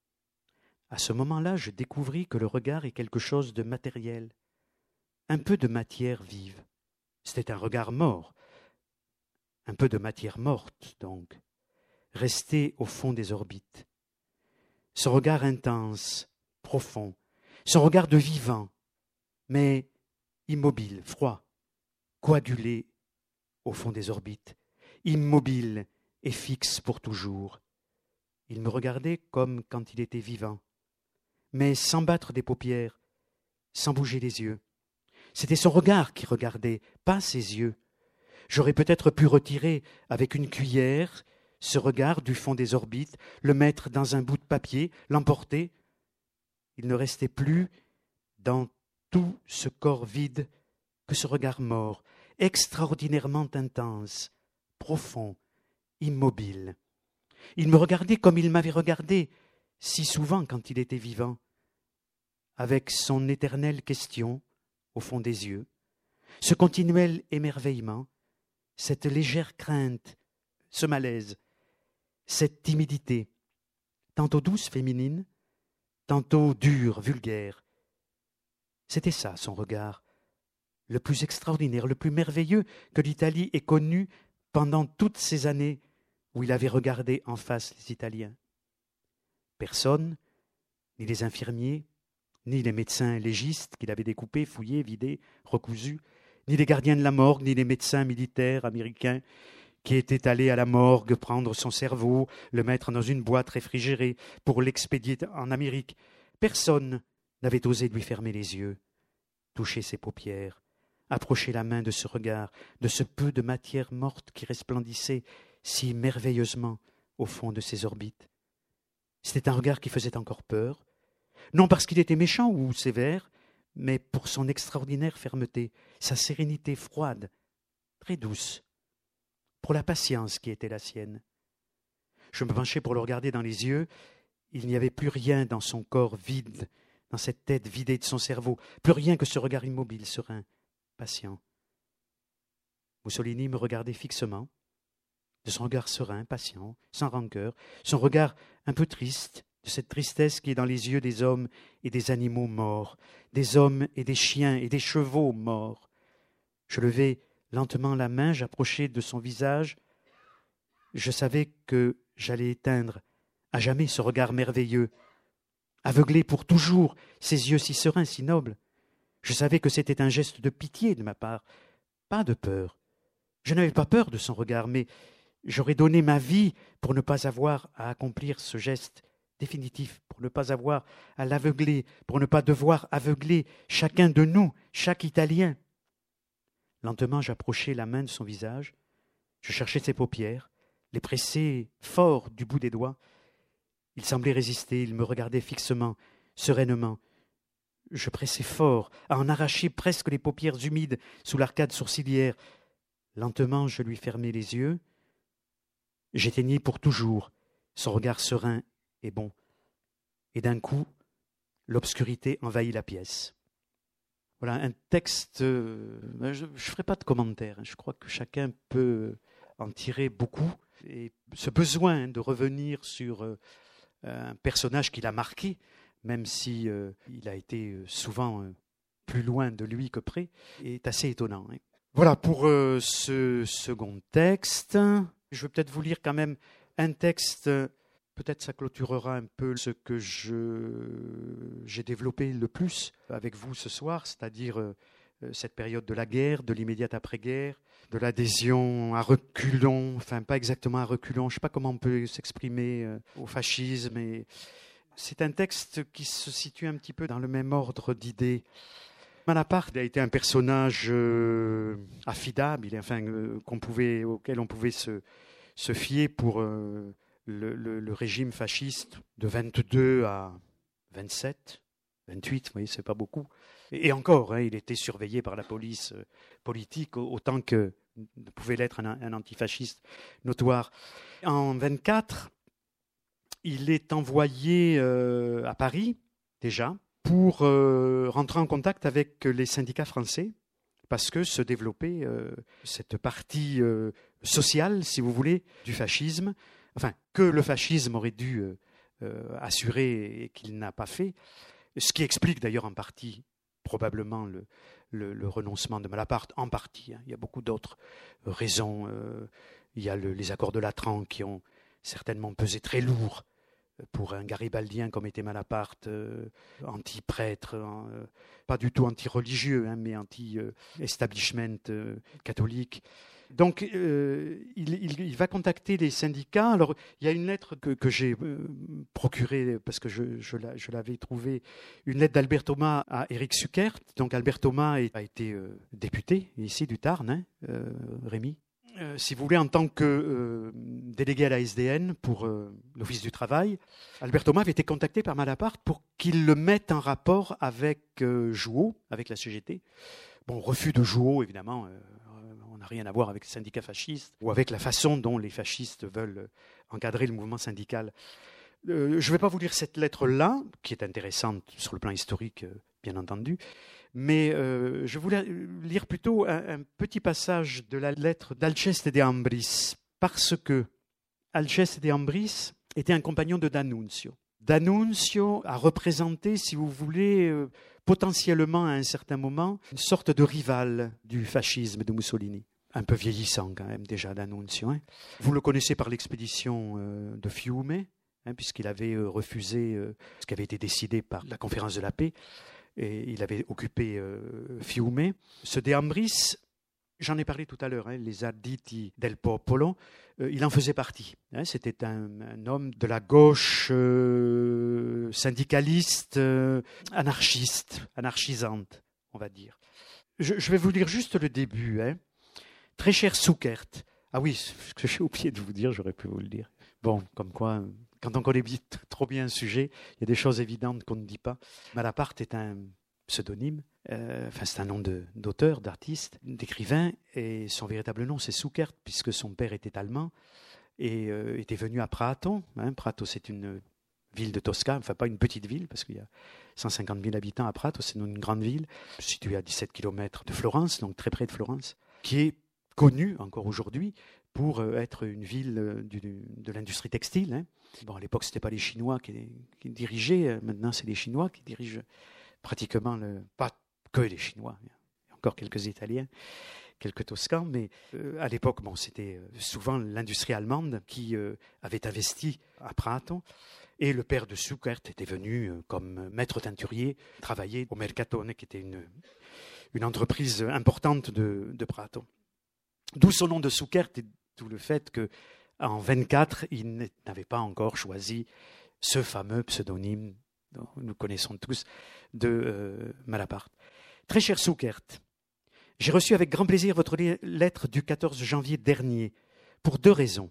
À ce moment-là, je découvris que le regard est quelque chose de matériel, un peu de matière vive. C'était un regard mort, un peu de matière morte, donc, resté au fond des orbites. Ce regard intense, profond, son regard de vivant, mais immobile, froid, coagulé au fond des orbites, immobile et fixe pour toujours. Il me regardait comme quand il était vivant, mais sans battre des paupières, sans bouger les yeux. C'était son regard qui regardait, pas ses yeux. J'aurais peut-être pu retirer avec une cuillère ce regard du fond des orbites, le mettre dans un bout de papier, l'emporter. Il ne restait plus dans tout ce corps vide que ce regard mort, extraordinairement intense, profond, immobile. Il me regardait comme il m'avait regardé si souvent quand il était vivant, avec son éternelle question au fond des yeux, ce continuel émerveillement, cette légère crainte, ce malaise, cette timidité, tantôt douce, féminine, tantôt dure, vulgaire. C'était ça, son regard, le plus extraordinaire, le plus merveilleux que l'Italie ait connu pendant toutes ces années où il avait regardé en face les Italiens. Personne, ni les infirmiers, ni les médecins légistes qu'il avait découpés, fouillés, vidés, recousus, ni les gardiens de la morgue, ni les médecins militaires américains qui étaient allés à la morgue prendre son cerveau, le mettre dans une boîte réfrigérée pour l'expédier en Amérique. Personne n'avait osé lui fermer les yeux, toucher ses paupières, approcher la main de ce regard, de ce peu de matière morte qui resplendissait si merveilleusement au fond de ses orbites. C'était un regard qui faisait encore peur, non parce qu'il était méchant ou sévère, mais pour son extraordinaire fermeté, sa sérénité froide, très douce, pour la patience qui était la sienne. Je me penchai pour le regarder dans les yeux. Il n'y avait plus rien dans son corps vide, dans cette tête vidée de son cerveau, plus rien que ce regard immobile, serein, patient. Mussolini me regardait fixement, de son regard serein, patient, sans rancœur, son regard un peu triste, de cette tristesse qui est dans les yeux des hommes et des animaux morts, des hommes et des chiens et des chevaux morts. Je levai lentement la main, j'approchai de son visage. Je savais que j'allais éteindre à jamais ce regard merveilleux, aveugler pour toujours ces yeux si sereins, si nobles. Je savais que c'était un geste de pitié de ma part, pas de peur. Je n'avais pas peur de son regard, mais j'aurais donné ma vie pour ne pas avoir à accomplir ce geste définitif, pour ne pas avoir à l'aveugler, pour ne pas devoir aveugler chacun de nous, chaque Italien. Lentement, j'approchai la main de son visage, je cherchai ses paupières, les pressai fort du bout des doigts. Il semblait résister, il me regardait fixement, sereinement. Je pressai fort, à en arracher presque les paupières humides sous l'arcade sourcilière. Lentement, je lui fermai les yeux. J'éteignis pour toujours son regard serein et bon. Et d'un coup, l'obscurité envahit la pièce. Voilà un texte, je ne ferai pas de commentaires, je crois que chacun peut en tirer beaucoup. Et ce besoin de revenir sur un personnage qui l'a marqué, même si il a été souvent plus loin de lui que près, est assez étonnant. Voilà pour ce second texte. Je vais peut-être vous lire quand même un texte. Peut-être ça clôturera un peu ce que j'ai développé le plus avec vous ce soir, c'est-à-dire cette période de la guerre, de l'immédiate après-guerre, de l'adhésion à reculons, enfin pas exactement à reculons, je ne sais pas comment on peut s'exprimer au fascisme. Et c'est un texte qui se situe un petit peu dans le même ordre d'idées. Malaparte a été un personnage affidable, auquel on pouvait se fier pour le régime fasciste de 22 à 27, 28, vous voyez, c'est pas beaucoup. Et encore, il était surveillé par la police politique autant que pouvait l'être un antifasciste notoire. En 24, il est envoyé à Paris, déjà, pour rentrer en contact avec les syndicats français, parce que se développait cette partie sociale, si vous voulez, du fascisme, enfin, que le fascisme aurait dû assurer et qu'il n'a pas fait, ce qui explique d'ailleurs en partie, probablement, le renoncement de Malaparte, en partie. Il y a beaucoup d'autres raisons. Il y a les accords de Latran qui ont certainement pesé très lourd pour un garibaldien comme était Malaparte, anti-prêtre, pas du tout anti-religieux, mais anti-establishment catholique. Donc, il va contacter les syndicats. Alors, il y a une lettre que j'ai procurée, parce que je l'avais trouvée, une lettre d'Albert Thomas à Éric Suckert. Donc, Albert Thomas a été député, ici, du Tarn, Rémi. Si vous voulez, en tant que délégué à la SDN pour l'Office du Travail, Albert Thomas avait été contacté par Malaparte pour qu'il le mette en rapport avec Jouot, avec la CGT. Bon, refus de Jouot, évidemment, on n'a rien à voir avec les syndicats fascistes ou avec la façon dont les fascistes veulent encadrer le mouvement syndical. Je ne vais pas vous lire cette lettre-là, qui est intéressante sur le plan historique, bien entendu, mais je voulais lire plutôt un petit passage de la lettre d'Alceste de Ambris, parce que Alceste de Ambris était un compagnon de D'Annunzio. D'Annunzio a représenté, si vous voulez, potentiellement à un certain moment, une sorte de rival du fascisme de Mussolini. Un peu vieillissant quand même déjà D'Annunzio. Vous le connaissez par l'expédition de Fiume, puisqu'il avait refusé ce qui avait été décidé par la conférence de la paix. Et il avait occupé Fiume. Ce De Ambris, j'en ai parlé tout à l'heure, les Arditi del Popolo, il en faisait partie. C'était un homme de la gauche syndicaliste, anarchisante, on va dire. Je vais vous lire juste le début. Très cher Suckert. Ah oui, ce que j'ai oublié de vous dire, j'aurais pu vous le dire. Bon, comme quoi, quand on connaît trop bien un sujet, il y a des choses évidentes qu'on ne dit pas. Malaparte est un pseudonyme, c'est un nom d'auteur, d'artiste, d'écrivain, et son véritable nom c'est Suckert, puisque son père était allemand et était venu à Prato. Prato, c'est une ville de Toscane, enfin pas une petite ville, parce qu'il y a 150 000 habitants à Prato, c'est une grande ville, située à 17 km de Florence, donc très près de Florence, qui est connue encore aujourd'hui pour être une ville de l'industrie textile. Bon, à l'époque, ce n'était pas les Chinois qui dirigeaient, maintenant c'est les Chinois qui dirigent pratiquement, pas que les Chinois, il y a encore quelques Italiens, quelques Toscans, mais à l'époque, c'était souvent l'industrie allemande qui avait investi à Prato, et le père de Suckert était venu comme maître teinturier travailler au Mercatone, qui était une entreprise importante de Prato. D'où son nom de Suckert et d'où le fait qu'en 24, il n'avait pas encore choisi ce fameux pseudonyme dont nous connaissons tous de Malaparte. Très cher Suckert, j'ai reçu avec grand plaisir votre lettre du 14 janvier dernier pour 2 raisons.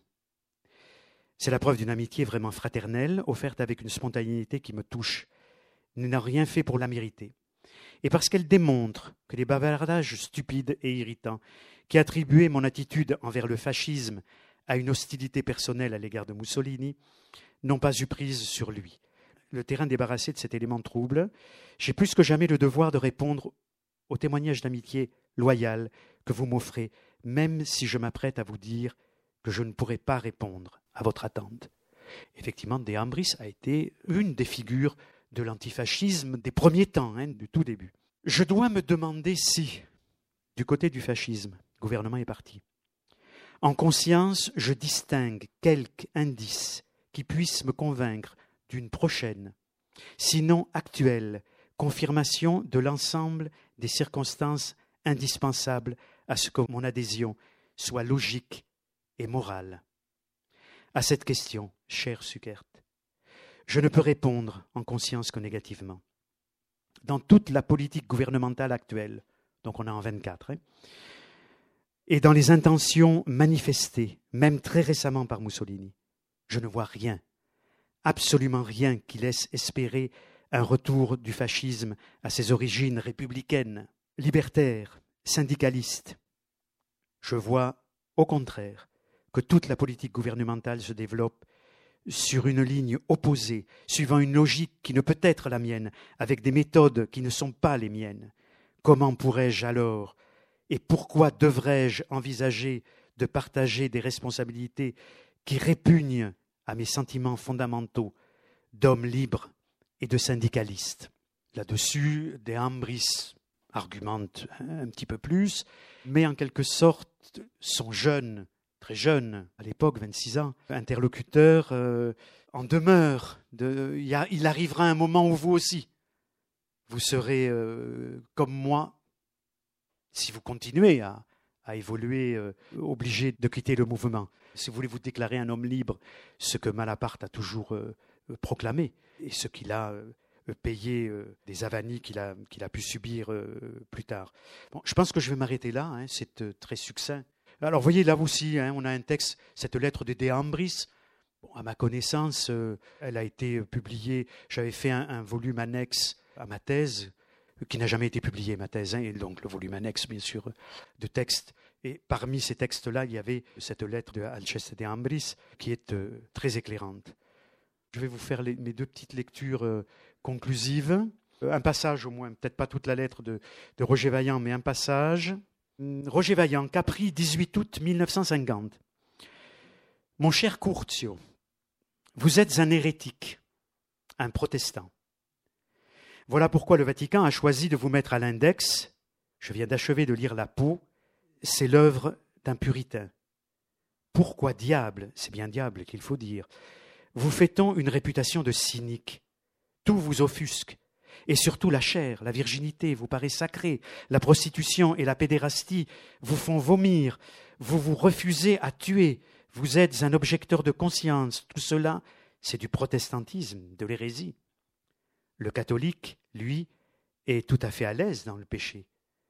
C'est la preuve d'une amitié vraiment fraternelle, offerte avec une spontanéité qui me touche, n'ayant rien fait pour la mériter. Et parce qu'elle démontre que les bavardages stupides et irritants qui attribuaient mon attitude envers le fascisme à une hostilité personnelle à l'égard de Mussolini n'ont pas eu prise sur lui. Le terrain débarrassé de cet élément trouble, j'ai plus que jamais le devoir de répondre au témoignage d'amitié loyale que vous m'offrez, même si je m'apprête à vous dire que je ne pourrai pas répondre à votre attente. Effectivement, De Ambris a été une des figures de l'antifascisme des premiers temps, du tout début. Je dois me demander si, du côté du fascisme, le gouvernement est parti. En conscience, je distingue quelques indices qui puissent me convaincre d'une prochaine, sinon actuelle, confirmation de l'ensemble des circonstances indispensable à ce que mon adhésion soit logique et morale. À cette question, cher Sukert, je ne peux répondre en conscience que négativement. Dans toute la politique gouvernementale actuelle, donc on est en 24, et dans les intentions manifestées, même très récemment par Mussolini, je ne vois rien, absolument rien qui laisse espérer un retour du fascisme à ses origines républicaines, libertaires, syndicalistes. Je vois, au contraire, que toute la politique gouvernementale se développe sur une ligne opposée, suivant une logique qui ne peut être la mienne, avec des méthodes qui ne sont pas les miennes. Comment pourrais-je alors, et pourquoi devrais-je envisager de partager des responsabilités qui répugnent à mes sentiments fondamentaux d'homme libre et de syndicaliste? Là-dessus, De Ambris argumente un petit peu plus, mais en quelque sorte, son jeune, très jeune, à l'époque, 26 ans, interlocuteur en demeure. Il arrivera un moment où vous aussi, vous serez comme moi, si vous continuez à évoluer, obligé de quitter le mouvement. Si vous voulez vous déclarer un homme libre, ce que Malaparte a toujours proclamé, et ce qu'il a payé des avanies qu'il a pu subir plus tard. Bon, je pense que je vais m'arrêter là, c'est très succinct. Alors, vous voyez, là aussi, on a un texte, cette lettre de De Ambris. Bon, à ma connaissance, elle a été publiée, j'avais fait un volume annexe à ma thèse, qui n'a jamais été publié, ma thèse, et donc le volume annexe, bien sûr, de textes. Et parmi ces textes-là, il y avait cette lettre de Alceste De Ambris, qui est très éclairante. Je vais vous faire mes deux petites lectures conclusives. Un passage au moins, peut-être pas toute la lettre de Roger Vaillant, mais un passage. Roger Vaillant, Capri, 18 août 1950. Mon cher Curzio, vous êtes un hérétique, un protestant. Voilà pourquoi le Vatican a choisi de vous mettre à l'index. Je viens d'achever de lire La Peau. C'est l'œuvre d'un puritain. Pourquoi diable, c'est bien diable qu'il faut dire, vous fait-on une réputation de cynique? Tout vous offusque. Et surtout la chair, la virginité vous paraît sacrée, la prostitution et la pédérastie vous font vomir, vous vous refusez à tuer, vous êtes un objecteur de conscience, tout cela, c'est du protestantisme, de l'hérésie. Le catholique, lui, est tout à fait à l'aise dans le péché.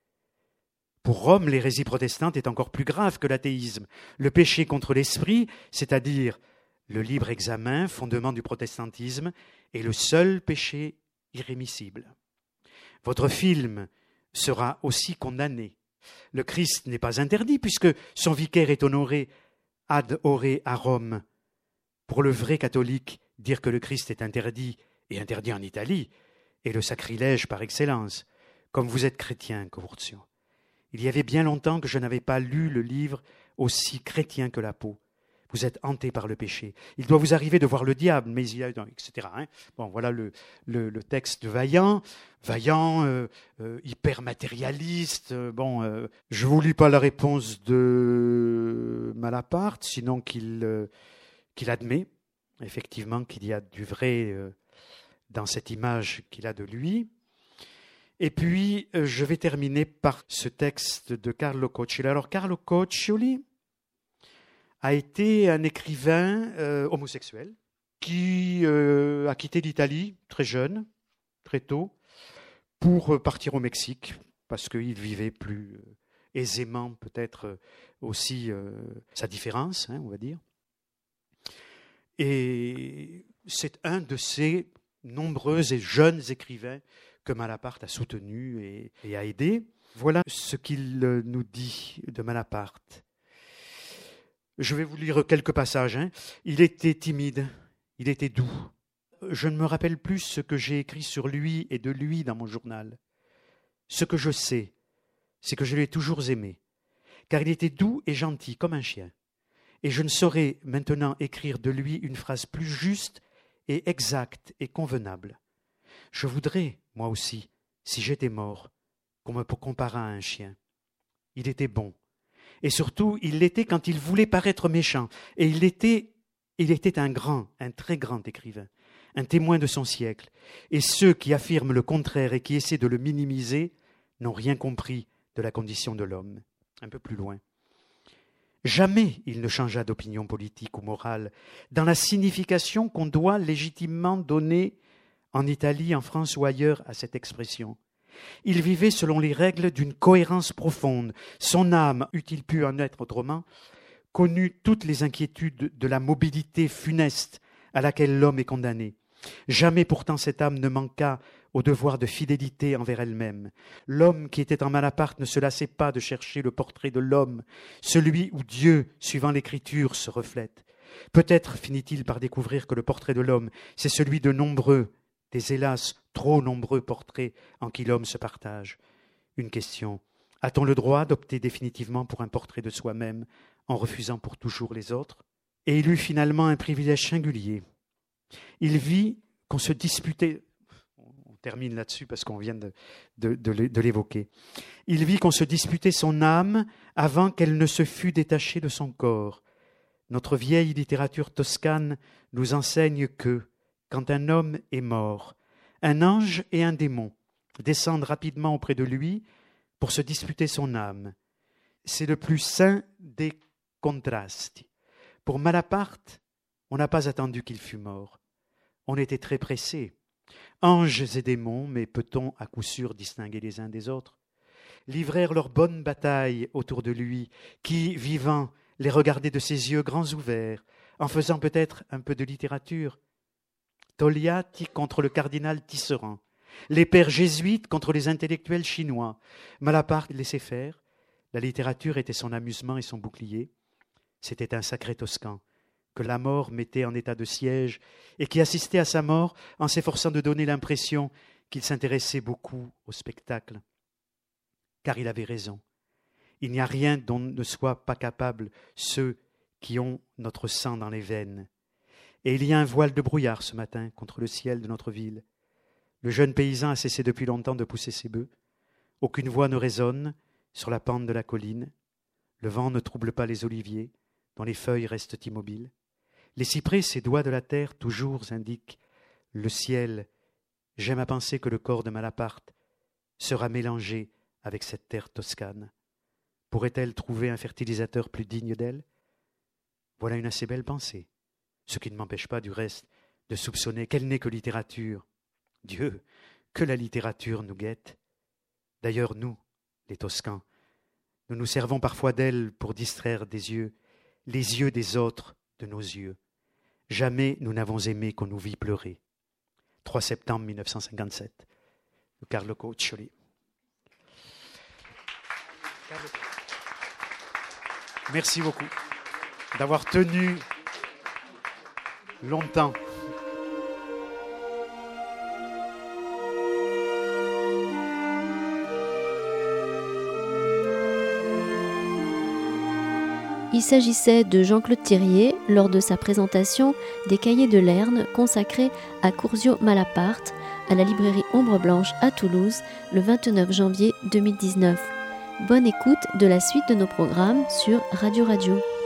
Pour Rome, l'hérésie protestante est encore plus grave que l'athéisme. Le péché contre l'esprit, c'est-à-dire le libre examen, fondement du protestantisme, est le seul péché irrémissible. Votre film sera aussi condamné. Le Christ n'est pas interdit puisque son vicaire est honoré ad ore à Rome. Pour le vrai catholique, dire que le Christ est interdit, et interdit en Italie, est le sacrilège par excellence, comme vous êtes chrétien, Curzio. Il y avait bien longtemps que je n'avais pas lu le livre aussi chrétien que La Peau. Vous êtes hanté par le péché. Il doit vous arriver de voir le diable, mais il y a, etc. Bon, voilà le texte de Vaillant. Vaillant, hyper matérialiste. Je vous lis pas la réponse de Malaparte, sinon qu'il admet effectivement qu'il y a du vrai dans cette image qu'il a de lui. Et puis, je vais terminer par ce texte de Carlo Coccioli. Alors, Carlo Coccioli a été un écrivain homosexuel qui a quitté l'Italie très jeune, très tôt, pour partir au Mexique, parce qu'il vivait plus aisément peut-être aussi sa différence, on va dire. Et c'est un de ces nombreux et jeunes écrivains que Malaparte a soutenu et a aidé. Voilà ce qu'il nous dit de Malaparte. Je vais vous lire quelques passages. Il était timide, il était doux. Je ne me rappelle plus ce que j'ai écrit sur lui et de lui dans mon journal. Ce que je sais, c'est que je l'ai toujours aimé, car il était doux et gentil comme un chien. Et je ne saurais maintenant écrire de lui une phrase plus juste et exacte et convenable. Je voudrais, moi aussi, si j'étais mort, qu'on me comparât à un chien. Il était bon. Et surtout, il l'était quand il voulait paraître méchant. Et il était un très grand écrivain, un témoin de son siècle. Et ceux qui affirment le contraire et qui essaient de le minimiser n'ont rien compris de la condition de l'homme. Un peu plus loin. Jamais il ne changea d'opinion politique ou morale dans la signification qu'on doit légitimement donner en Italie, en France ou ailleurs à cette expression. Il vivait selon les règles d'une cohérence profonde. Son âme, eût-il pu en être autrement, connut toutes les inquiétudes de la mobilité funeste à laquelle l'homme est condamné. Jamais pourtant cette âme ne manqua au devoir de fidélité envers elle-même. L'homme qui était en Malaparte ne se lassait pas de chercher le portrait de l'homme, celui où Dieu, suivant l'Écriture, se reflète. Peut-être finit-il par découvrir que le portrait de l'homme, c'est celui de nombreux, des hélas trop nombreux portraits en qui l'homme se partage. Une question. A-t-on le droit d'opter définitivement pour un portrait de soi-même en refusant pour toujours les autres? Et il eut finalement un privilège singulier. Il vit qu'on se disputait, on termine là-dessus parce qu'on vient de l'évoquer, il vit qu'on se disputait son âme avant qu'elle ne se fût détachée de son corps. Notre vieille littérature toscane nous enseigne que, quand un homme est mort, un ange et un démon descendent rapidement auprès de lui pour se disputer son âme. C'est le plus saint des contrasti. Pour Malaparte, on n'a pas attendu qu'il fût mort. On était très pressés. Anges et démons, mais peut-on à coup sûr distinguer les uns des autres, livrèrent leur bonne bataille autour de lui, qui, vivant, les regardait de ses yeux grands ouverts, en faisant peut-être un peu de littérature. Togliatti contre le cardinal Tisserand, les pères jésuites contre les intellectuels chinois. Malaparte laissait faire. La littérature était son amusement et son bouclier. C'était un sacré Toscan que la mort mettait en état de siège et qui assistait à sa mort en s'efforçant de donner l'impression qu'il s'intéressait beaucoup au spectacle. Car il avait raison. Il n'y a rien dont ne soient pas capables ceux qui ont notre sang dans les veines. Et il y a un voile de brouillard ce matin contre le ciel de notre ville. Le jeune paysan a cessé depuis longtemps de pousser ses bœufs. Aucune voix ne résonne sur la pente de la colline. Le vent ne trouble pas les oliviers, dont les feuilles restent immobiles. Les cyprès, ces doigts de la terre, toujours indiquent le ciel. J'aime à penser que le corps de Malaparte sera mélangé avec cette terre toscane. Pourrait-elle trouver un fertilisateur plus digne d'elle? Voilà une assez belle pensée, ce qui ne m'empêche pas du reste de soupçonner qu'elle n'est que littérature. Dieu, que la littérature nous guette. D'ailleurs, nous, les Toscans, nous nous servons parfois d'elle pour distraire des yeux, les yeux des autres de nos yeux. Jamais nous n'avons aimé qu'on nous vît pleurer. 3 septembre 1957, de Carlo Coccioli. Merci beaucoup d'avoir tenu longtemps. Il s'agissait de Jean-Claude Thiriet lors de sa présentation des Cahiers de Lerne consacrés à Curzio Malaparte à la librairie Ombre Blanche à Toulouse le 29 janvier 2019. Bonne écoute de la suite de nos programmes sur Radio Radio.